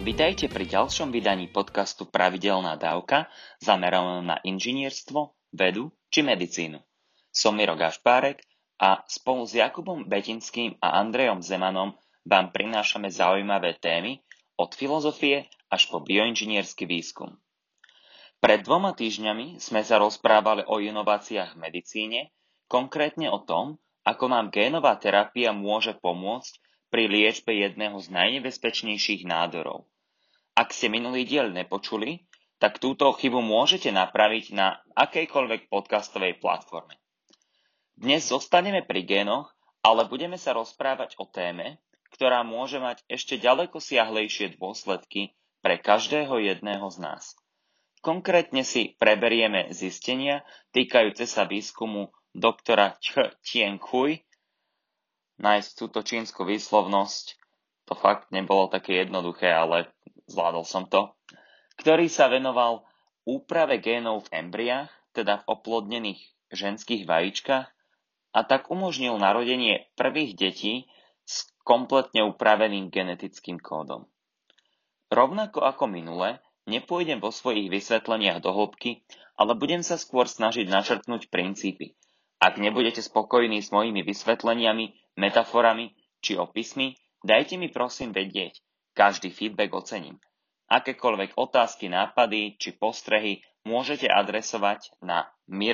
Vitajte pri ďalšom vydaní podcastu Pravidelná dávka zameranom na inžinierstvo, vedu či medicínu. Som Miro Gašpárek a spolu s Jakubom Betinským a Andrejom Zemanom vám prinášame zaujímavé témy od filozofie až po bioinžiniersky výskum. Pred 2 týždňami sme sa rozprávali o inováciách v medicíne, konkrétne o tom, ako nám génová terapia môže pomôcť pri liečbe jedného z najnebezpečnejších nádorov. Ak ste minulý diel nepočuli, tak túto chybu môžete napraviť na akejkoľvek podcastovej platforme. Dnes zostaneme pri génoch, ale budeme sa rozprávať o téme, ktorá môže mať ešte ďaleko siahlejšie dôsledky pre každého jedného z nás. Konkrétne si preberieme zistenia týkajúce sa výskumu doktora Tien Chui. Nájsť túto čínsku výslovnosť, to fakt nebolo také jednoduché, ale zvládol som to, ktorý sa venoval úprave génov v embriách, teda v oplodnených ženských vajíčkach, a tak umožnil narodenie prvých detí s kompletne upraveným genetickým kódom. Rovnako ako minule, nepôjdem vo svojich vysvetleniach do hĺbky, ale budem sa skôr snažiť načrtnúť princípy. Ak nebudete spokojní s mojimi vysvetleniami, metaforami či opismi, dajte mi prosím vedieť. Každý feedback ocením. Akékoľvek otázky, nápady či postrehy môžete adresovať na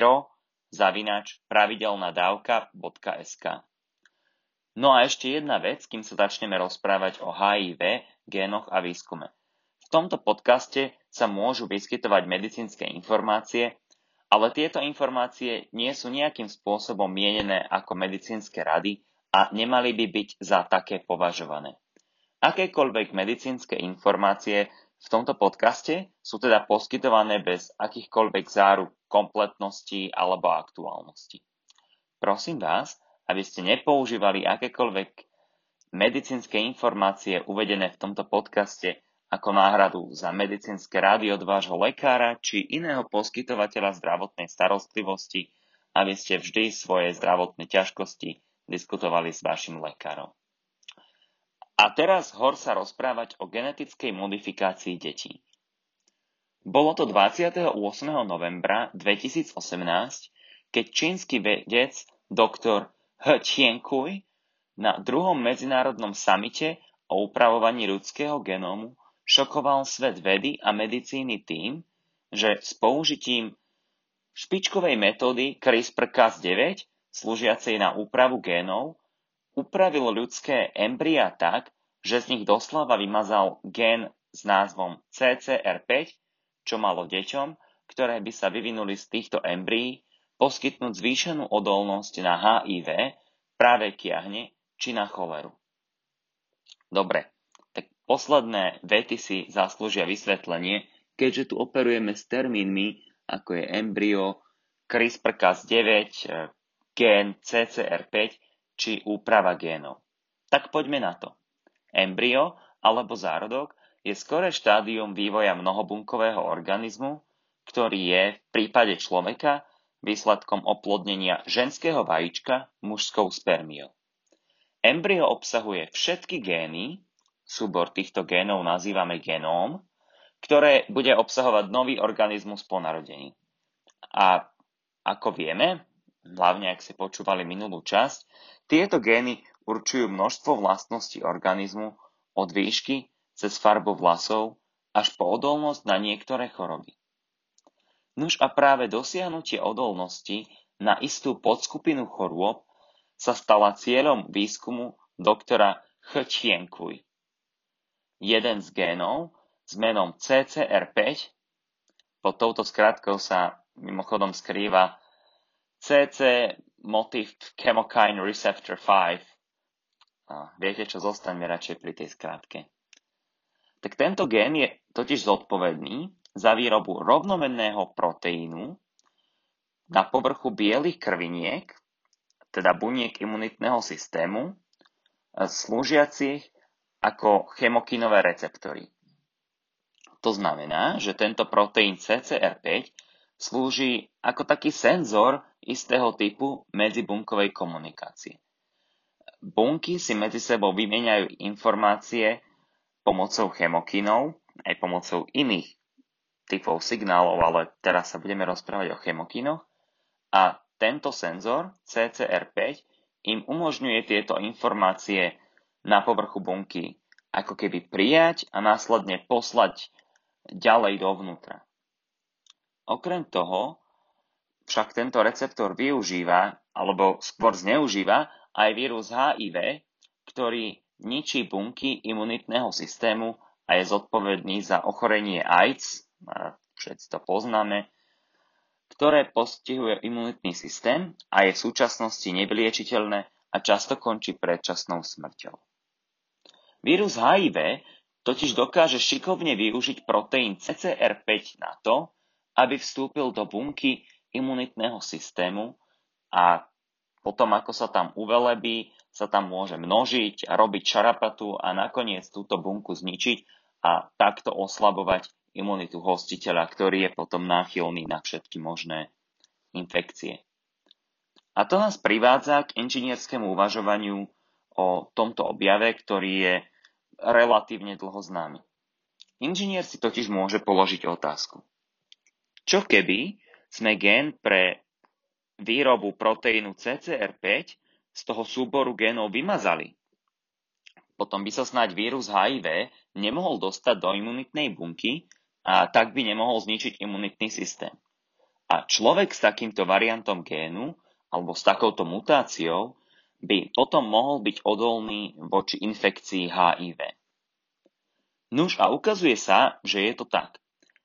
miro@pravidelnadavka.sk. No a ešte jedna vec, kým sa začneme rozprávať o HIV, génoch a výskume. V tomto podcaste sa môžu vyskytovať medicínske informácie, ale tieto informácie nie sú nejakým spôsobom mienené ako medicínske rady a nemali by byť za také považované. Akékoľvek medicínske informácie v tomto podcaste sú teda poskytované bez akýchkoľvek záruk kompletnosti alebo aktuálnosti. Prosím vás, aby ste nepoužívali akékoľvek medicínske informácie uvedené v tomto podcaste ako náhradu za medicínske rady od vášho lekára či iného poskytovateľa zdravotnej starostlivosti, aby ste vždy svoje zdravotné ťažkosti diskutovali s vašim lekárom. A teraz sa rozprávať o genetickej modifikácii detí. Bolo to 28. novembra 2018, keď čínsky vedec dr. Tien Chui na 2. medzinárodnom samite o upravovaní ľudského genómu šokoval svet vedy a medicíny tým, že s použitím špičkovej metódy CRISPR-Cas9, slúžiacej na úpravu génov, upravil ľudské embryá tak, že z nich doslova vymazal gén s názvom CCR5, čo malo deťom, ktoré by sa vyvinuli z týchto embryí, poskytnúť zvýšenú odolnosť na HIV, práve kiahne či na choleru. Dobre, tak posledné vety si zaslúžia vysvetlenie, keďže tu operujeme s termínmi, ako je embryo, CRISPR-Cas9, gén CCR5 či úprava génov. Tak poďme na to. Embryo alebo zárodok je skoré štádium vývoja mnohobunkového organizmu, ktorý je v prípade človeka výsledkom oplodnenia ženského vajíčka mužskou spermiou. Embryo obsahuje všetky gény, súbor týchto génov nazývame genóm, ktoré bude obsahovať nový organizmus po narodení. A ako vieme, hlavne ak ste počúvali minulú časť, tieto gény určujú množstvo vlastností organizmu od výšky cez farbu vlasov až po odolnosť na niektoré choroby. Nuž a práve dosiahnutie odolnosti na istú podskupinu chorôb sa stala cieľom výskumu doktora Tien Chui. Jeden z génov s menom CCR5, pod touto skratkou sa mimochodom skrýva CC Motif Chemokine Receptor 5. Viete čo, zostaňme radšej pri tej skratke. Tak tento gén je totiž zodpovedný za výrobu rovnomenného proteínu na povrchu bielých krviniek, teda buniek imunitného systému, slúžiacich ako chemokinové receptory. To znamená, že tento proteín CCR5 slúži ako taký senzor istého typu medzibunkovej komunikácie. Bunky si medzi sebou vymieňajú informácie pomocou chemokínov, aj pomocou iných typov signálov, ale teraz sa budeme rozprávať o chemokínoch. A tento senzor CCR5 im umožňuje tieto informácie na povrchu bunky ako keby prijať a následne poslať ďalej dovnútra. Okrem toho však tento receptor využíva, alebo skôr zneužíva aj vírus HIV, ktorý ničí bunky imunitného systému a je zodpovedný za ochorenie AIDS, všetci to poznáme, ktoré postihuje imunitný systém a je v súčasnosti nevyliečiteľné a často končí predčasnou smrťou. Vírus HIV totiž dokáže šikovne využiť proteín CCR5 na to, aby vstúpil do bunky imunitného systému a potom, ako sa tam uvelebí, sa tam môže množiť a robiť šarapatu a nakoniec túto bunku zničiť a takto oslabovať imunitu hostiteľa, ktorý je potom náchylný na všetky možné infekcie. A to nás privádza k inžinierskému uvažovaniu o tomto objave, ktorý je relatívne dlho známy. Inžinier si totiž môže položiť otázku. Čo keby sme gén pre výrobu proteínu CCR5 z toho súboru génov vymazali? Potom by sa snáď vírus HIV nemohol dostať do imunitnej bunky a tak by nemohol zničiť imunitný systém. A človek s takýmto variantom génu alebo s takouto mutáciou by potom mohol byť odolný voči infekcii HIV. Nuž a ukazuje sa, že je to tak.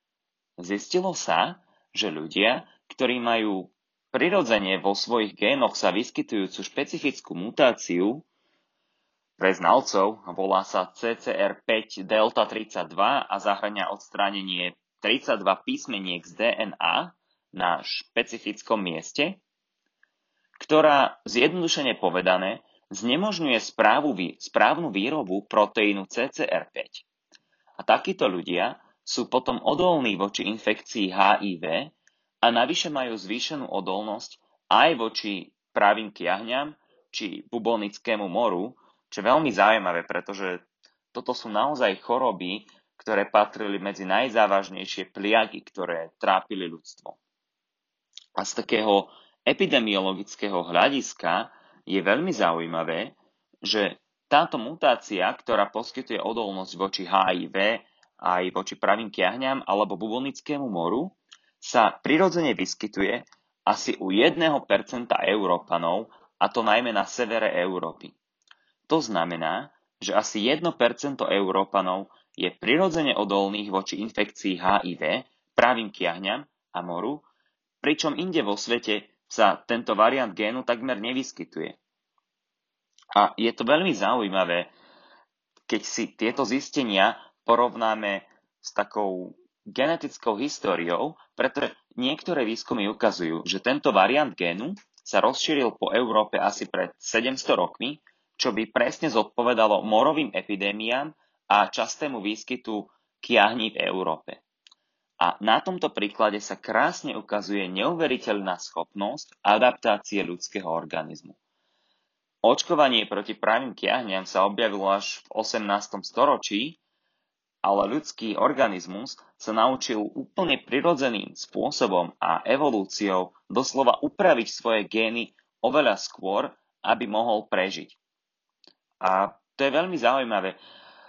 Zistilo sa, že ľudia, ktorí majú prirodzene vo svojich génoch sa vyskytujúcu špecifickú mutáciu, pre znalcov volá sa CCR5 delta 32 a zahŕňa odstránenie 32 písmeniek z DNA na špecifickom mieste, ktorá zjednodušene povedané znemožňuje správnu výrobu proteínu CCR5. A takíto ľudia sú potom odolní voči infekcii HIV a navyše majú zvýšenú odolnosť aj voči pravým kiahňam či bubonickému moru, čo je veľmi zaujímavé, pretože toto sú naozaj choroby, ktoré patrili medzi najzávažnejšie pliagy, ktoré trápili ľudstvo. A z takého epidemiologického hľadiska je veľmi zaujímavé, že táto mutácia, ktorá poskytuje odolnosť voči HIV aj voči pravým kiahňam alebo bubonickému moru, sa prirodzene vyskytuje asi u 1% Európanov, a to najmä na severe Európy. To znamená, že asi 1% Európanov je prirodzene odolných voči infekcii HIV, pravým kiahňam a moru, pričom inde vo svete sa tento variant génu takmer nevyskytuje. A je to veľmi zaujímavé, keď si tieto zistenia porovnáme s takou genetickou históriou, pretože niektoré výskumy ukazujú, že tento variant génu sa rozšíril po Európe asi pred 700 rokmi, čo by presne zodpovedalo morovým epidémiám a častému výskytu kiahní v Európe. A na tomto príklade sa krásne ukazuje neuveriteľná schopnosť adaptácie ľudského organizmu. Očkovanie proti pravým kiahňam sa objavilo až v 18. storočí, ale ľudský organizmus sa naučil úplne prirodzeným spôsobom a evolúciou doslova upraviť svoje gény oveľa skôr, aby mohol prežiť. A to je veľmi zaujímavé,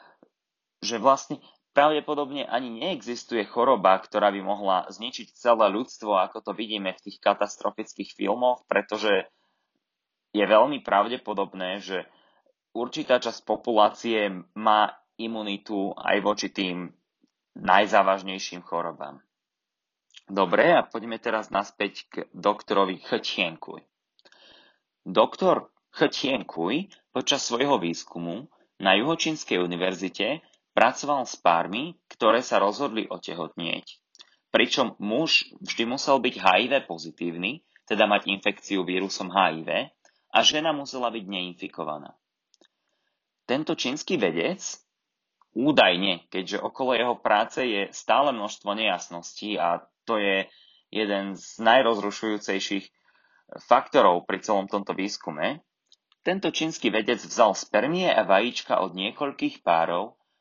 že vlastne pravdepodobne ani neexistuje choroba, ktorá by mohla zničiť celé ľudstvo, ako to vidíme v tých katastrofických filmoch, pretože je veľmi pravdepodobné, že určitá časť populácie má imunitu aj voči tým najzávažnejším chorobám. Dobre, a poďme teraz naspäť k doktorovi He-Ťien-Kuj. Doktor He-Ťien-Kuj počas svojho výskumu na Juhočínskej univerzite pracoval s pármi, ktoré sa rozhodli otehotnieť. Pričom muž vždy musel byť HIV pozitívny, teda mať infekciu vírusom HIV, a žena musela byť neinfikovaná. Tento čínsky vedec, údajne, keďže okolo jeho práce je stále množstvo nejasností a to je jeden z najrozrušujúcejších faktorov pri celom tomto výskume, tento čínsky vedec vzal spermie a vajíčka od niekoľkých párov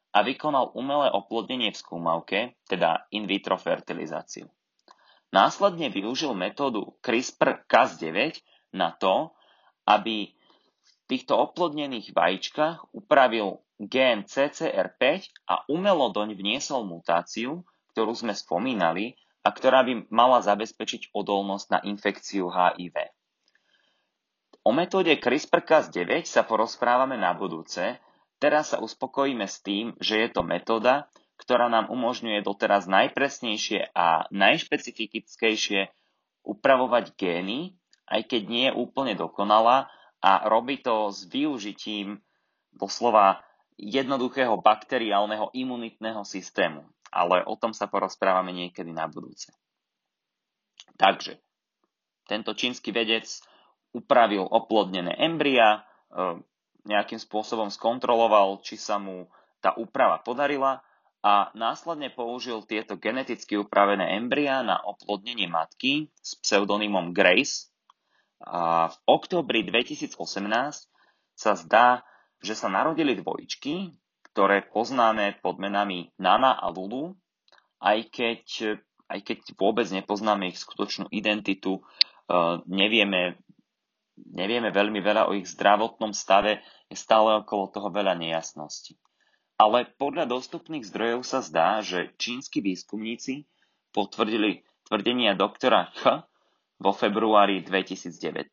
a vykonal umelé oplodnenie v skúmavke, teda in vitro fertilizáciu. Následne využil metódu CRISPR-Cas9 na to, aby v týchto oplodnených vajíčkach upravil gén CCR5 a umelo doň vniesol mutáciu, ktorú sme spomínali a ktorá by mala zabezpečiť odolnosť na infekciu HIV. O metóde CRISPR-Cas9 sa porozprávame na budúce, teraz sa uspokojíme s tým, že je to metóda, ktorá nám umožňuje doteraz najpresnejšie a najšpecifickejšie upravovať gény, aj keď nie je úplne dokonalá a robí to s využitím doslova jednoduchého bakteriálneho imunitného systému. Ale o tom sa porozprávame niekedy na budúce. Takže, tento čínsky vedec upravil oplodnené embryá, nejakým spôsobom skontroloval, či sa mu tá úprava podarila a následne použil tieto geneticky upravené embryá na oplodnenie matky s pseudonymom Grace. A v októbri 2018 sa zdá, že sa narodili dvojičky, ktoré poznáme pod menami Nana a Lulu, aj keď vôbec nepoznáme ich skutočnú identitu, nevieme veľmi veľa o ich zdravotnom stave, je stále okolo toho veľa nejasností. Ale podľa dostupných zdrojov sa zdá, že čínsky výskumníci potvrdili tvrdenia doktora Ch vo februári 2019.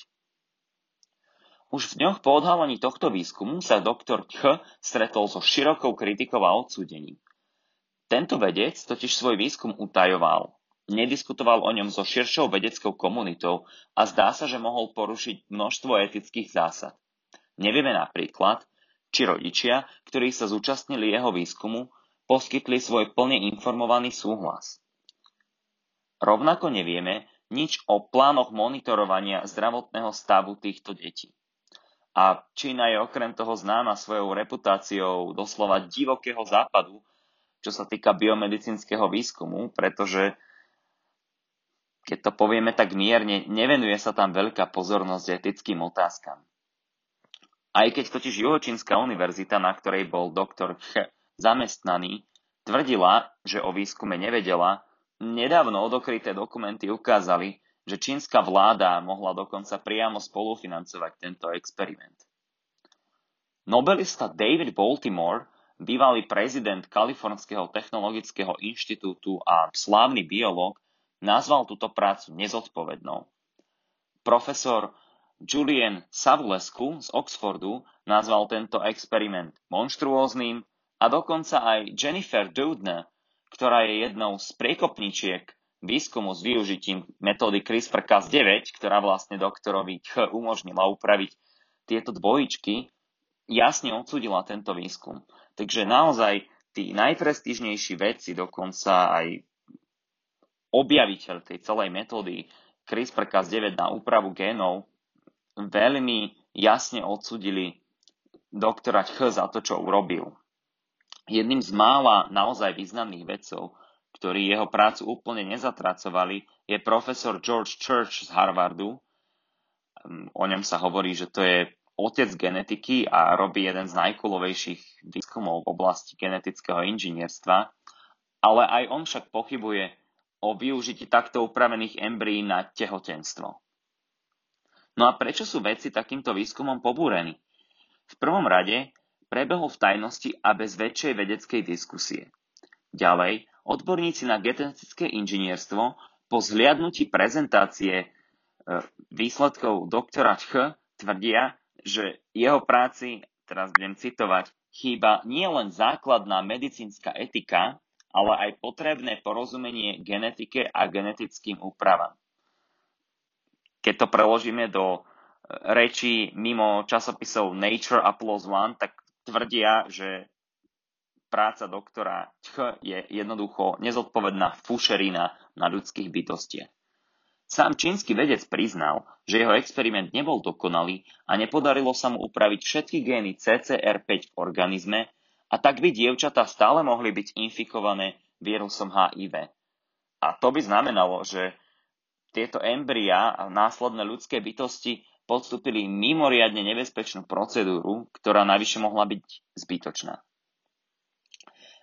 Už v dňoch po odhalení tohto výskumu sa doktor Ch stretol so širokou kritikou a odsúdením. Tento vedec totiž svoj výskum utajoval, nediskutoval o ňom so širšou vedeckou komunitou a zdá sa, že mohol porušiť množstvo etických zásad. Nevieme napríklad, či rodičia, ktorí sa zúčastnili jeho výskumu, poskytli svoj plne informovaný súhlas. Rovnako nevieme nič o plánoch monitorovania zdravotného stavu týchto detí. A Čína je okrem toho známa svojou reputáciou doslova divokého západu, čo sa týka biomedicínskeho výskumu, pretože, keď to povieme tak mierne, nevenuje sa tam veľká pozornosť etickým otázkam. Aj keď totiž Juhočínska univerzita, na ktorej bol doktor Ch zamestnaný, tvrdila, že o výskume nevedela, nedávno odokryté dokumenty ukázali, že čínska vláda mohla dokonca priamo spolufinancovať tento experiment. Nobelista David Baltimore, bývalý prezident Kalifornského technologického inštitútu a slávny biológ, nazval túto prácu nezodpovednou. Profesor Julian Savulescu z Oxfordu nazval tento experiment monštruóznym a dokonca aj Jennifer Doudna, ktorá je jednou z priekopníčiek výskumu s využitím metódy CRISPR-Cas9, ktorá vlastne doktorovi Ch umožnila upraviť tieto dvojičky, jasne odsúdila tento výskum. Takže naozaj tí najprestížnejší vedci, dokonca aj objaviteľ tej celej metódy CRISPR-Cas9 na úpravu génov, veľmi jasne odsúdili doktora Ch za to, čo urobil. Jedným z mála naozaj významných vedcov, ktorí jeho prácu úplne nezatracovali, je profesor George Church z Harvardu. O ňom sa hovorí, že to je otec genetiky a robí jeden z najkulovejších výskumov v oblasti genetického inžinierstva, ale aj on však pochybuje o využití takto upravených embryí na tehotenstvo. No a prečo sú vedci takýmto výskumom pobúrení? V prvom rade prebehol v tajnosti a bez väčšej vedeckej diskusie. Ďalej, odborníci na genetické inžinierstvo po zhliadnutí prezentácie výsledkov doktora Ch tvrdia, že jeho práci, teraz budem citovať, chýba nielen základná medicínska etika, ale aj potrebné porozumenie genetike a genetickým úpravám. Keď to preložíme do rečí mimo časopisov Nature a PLOS ONE, tak tvrdia, že práca doktora Ch je jednoducho nezodpovedná fušerina na ľudských bytostiach. Sám čínsky vedec priznal, že jeho experiment nebol dokonalý a nepodarilo sa mu upraviť všetky gény CCR5 v organizme a tak by dievčatá stále mohli byť infikované vírusom HIV. A to by znamenalo, že tieto embryá a následné ľudské bytosti podstúpili mimoriadne nebezpečnú procedúru, ktorá navyše mohla byť zbytočná.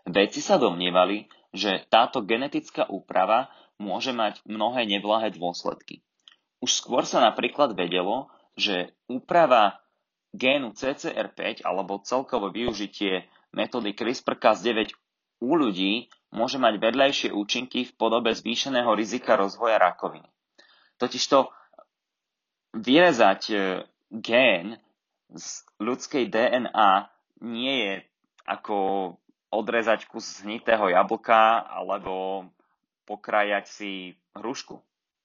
Vedci sa domnievali, že táto genetická úprava môže mať mnohé neblahé dôsledky. Už skôr sa napríklad vedelo, že úprava génu CCR5 alebo celkovo využitie metódy CRISPR-Cas9 u ľudí môže mať vedľajšie účinky v podobe zvýšeného rizika rozvoja rakoviny. Totižto vyrezať gén z ľudskej DNA nie je ako odrezať kus hnitého jablka alebo pokrájať si hrušku.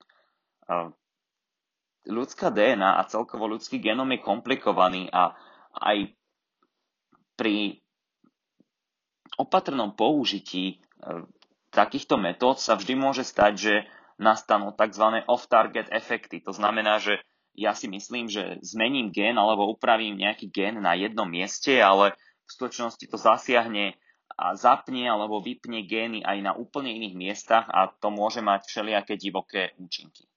Ľudská DNA a celkovo ľudský genom je komplikovaný a aj pri opatrnom použití takýchto metód sa vždy môže stať, že nastanú tzv. Off-target efekty. To znamená, že ja si myslím, že zmením gén alebo upravím nejaký gén na jednom mieste, ale v skutočnosti to zasiahne a zapne alebo vypne gény aj na úplne iných miestach a to môže mať všelijaké divoké účinky.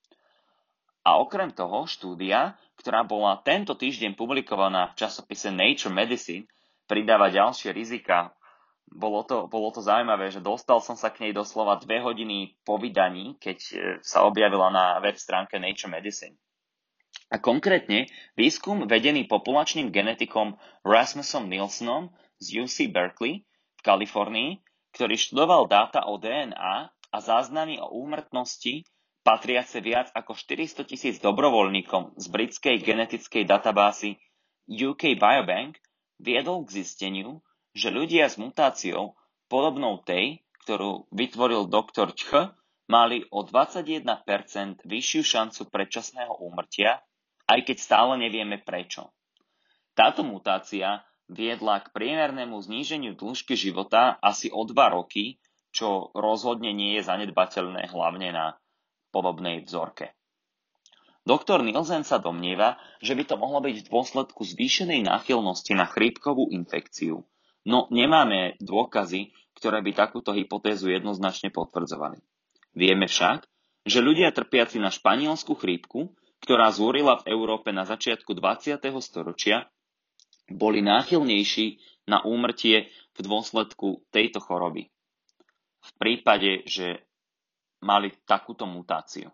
A okrem toho štúdia, ktorá bola tento týždeň publikovaná v časopise Nature Medicine, pridáva ďalšie rizika. Bolo to zaujímavé, že dostal som sa k nej doslova 2 hodiny po vydaní, keď sa objavila na web stránke Nature Medicine. A konkrétne výskum vedený populačným genetikom Rasmusom Nielsenom z UC Berkeley v Kalifornii, ktorý študoval dáta o DNA a záznamy o úmrtnosti patriace viac ako 400,000 dobrovoľníkom z britskej genetickej databázy UK Biobank, viedol k zisteniu, že ľudia s mutáciou podobnou tej, ktorú vytvoril doktor Ch, mali o 21% vyššiu šancu predčasného úmrtia, aj keď stále nevieme prečo. Táto mutácia viedla k priemernému zníženiu dĺžky života asi o 2 roky, čo rozhodne nie je zanedbateľné hlavne na podobnej vzorke. Doktor Nielsen sa domnieva, že by to mohlo byť v dôsledku zvýšenej náchylnosti na chrípkovú infekciu, no nemáme dôkazy, ktoré by takúto hypotézu jednoznačne potvrdzovali. Vieme však, že ľudia trpiaci na španielsku chrípku, ktorá zúrila v Európe na začiatku 20. storočia, boli náchylnejší na úmrtie v dôsledku tejto choroby. V prípade, že mali takúto mutáciu.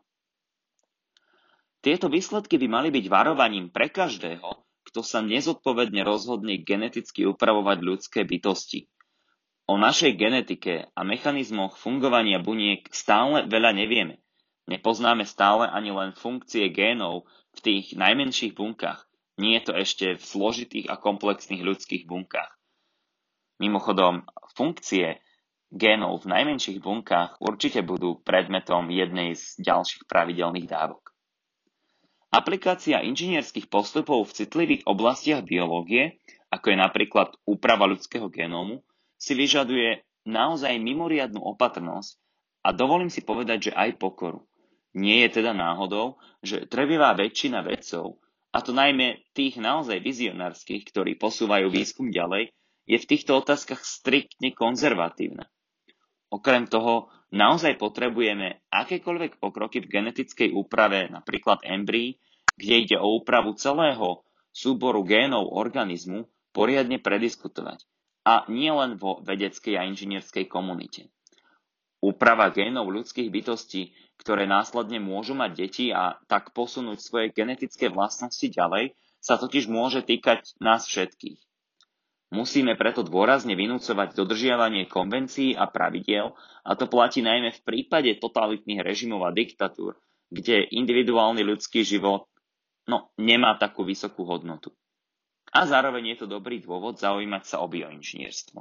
Tieto výsledky by mali byť varovaním pre každého, kto sa nezodpovedne rozhodne geneticky upravovať ľudské bytosti. O našej genetike a mechanizmoch fungovania buniek stále veľa nevieme. Nepoznáme stále ani len funkcie génov v tých najmenších bunkách. Nie je to ešte v zložitých a komplexných ľudských bunkách. Mimochodom, funkcie génov v najmenších bunkách určite budú predmetom jednej z ďalších pravidelných dávok. Aplikácia inžinierských postupov v citlivých oblastiach biológie, ako je napríklad úprava ľudského genómu, si vyžaduje naozaj mimoriadnu opatrnosť a dovolím si povedať, že aj pokoru. Nie je teda náhodou, že trevivá väčšina vedcov, a to najmä tých naozaj vizionárskych, ktorí posúvajú výskum ďalej, je v týchto otázkach striktne konzervatívna. Okrem toho, naozaj potrebujeme akékoľvek pokroky v genetickej úprave, napríklad embryí, kde ide o úpravu celého súboru génov organizmu, poriadne prediskutovať. A nie len vo vedeckej a inžinierskej komunite. Úprava génov ľudských bytostí, ktoré následne môžu mať deti a tak posunúť svoje genetické vlastnosti ďalej, sa totiž môže týkať nás všetkých. Musíme preto dôrazne vynúcovať dodržiavanie konvencií a pravidiel, a to platí najmä v prípade totalitných režimov a diktatúr, kde individuálny ľudský život nemá takú vysokú hodnotu. A zároveň je to dobrý dôvod zaujímať sa o bioinžinierstvo.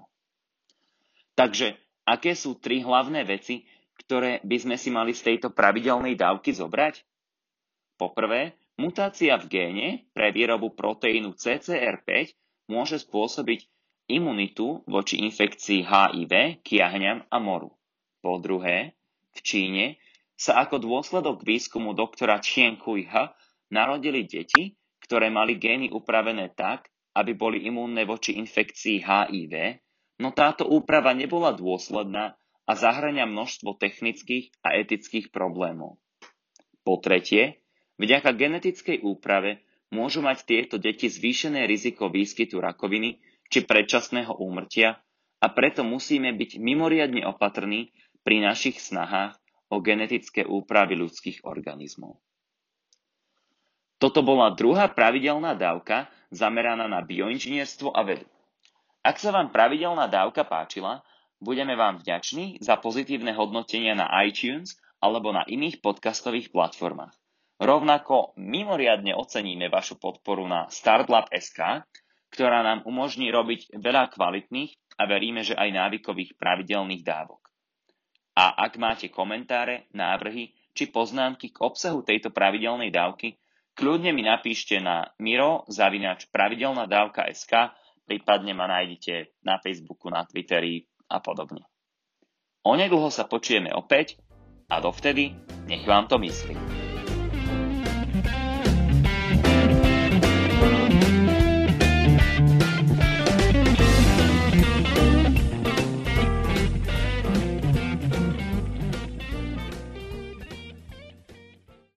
Takže, aké sú 3 hlavné veci, ktoré by sme si mali z tejto pravidelnej dávky zobrať? Poprvé, mutácia v géne pre výrobu proteínu CCR5 môže spôsobiť imunitu voči infekcii HIV, kiahňam a moru. Po druhé, v Číne sa ako dôsledok výskumu doktora Chen Hui-ha narodili deti, ktoré mali gény upravené tak, aby boli imúnne voči infekcii HIV, no táto úprava nebola dôsledná a zahŕňa množstvo technických a etických problémov. Po tretie, vďaka genetickej úprave môžu mať tieto deti zvýšené riziko výskytu rakoviny či predčasného úmrtia a preto musíme byť mimoriadne opatrní pri našich snahách o genetické úpravy ľudských organizmov. Toto bola druhá pravidelná dávka zameraná na bioinžinierstvo a vedu. Ak sa vám pravidelná dávka páčila, budeme vám vďační za pozitívne hodnotenia na iTunes alebo na iných podcastových platformách. Rovnako mimoriadne oceníme vašu podporu na Startlab.sk, ktorá nám umožní robiť veľa kvalitných a veríme, že aj návykových pravidelných dávok. A ak máte komentáre, návrhy či poznámky k obsahu tejto pravidelnej dávky, kľudne mi napíšte na miro@pravidelnadavka.sk, prípadne ma nájdete na Facebooku, na Twitteri a podobne. Onedlho sa počujeme opäť a dovtedy nech vám to myslí.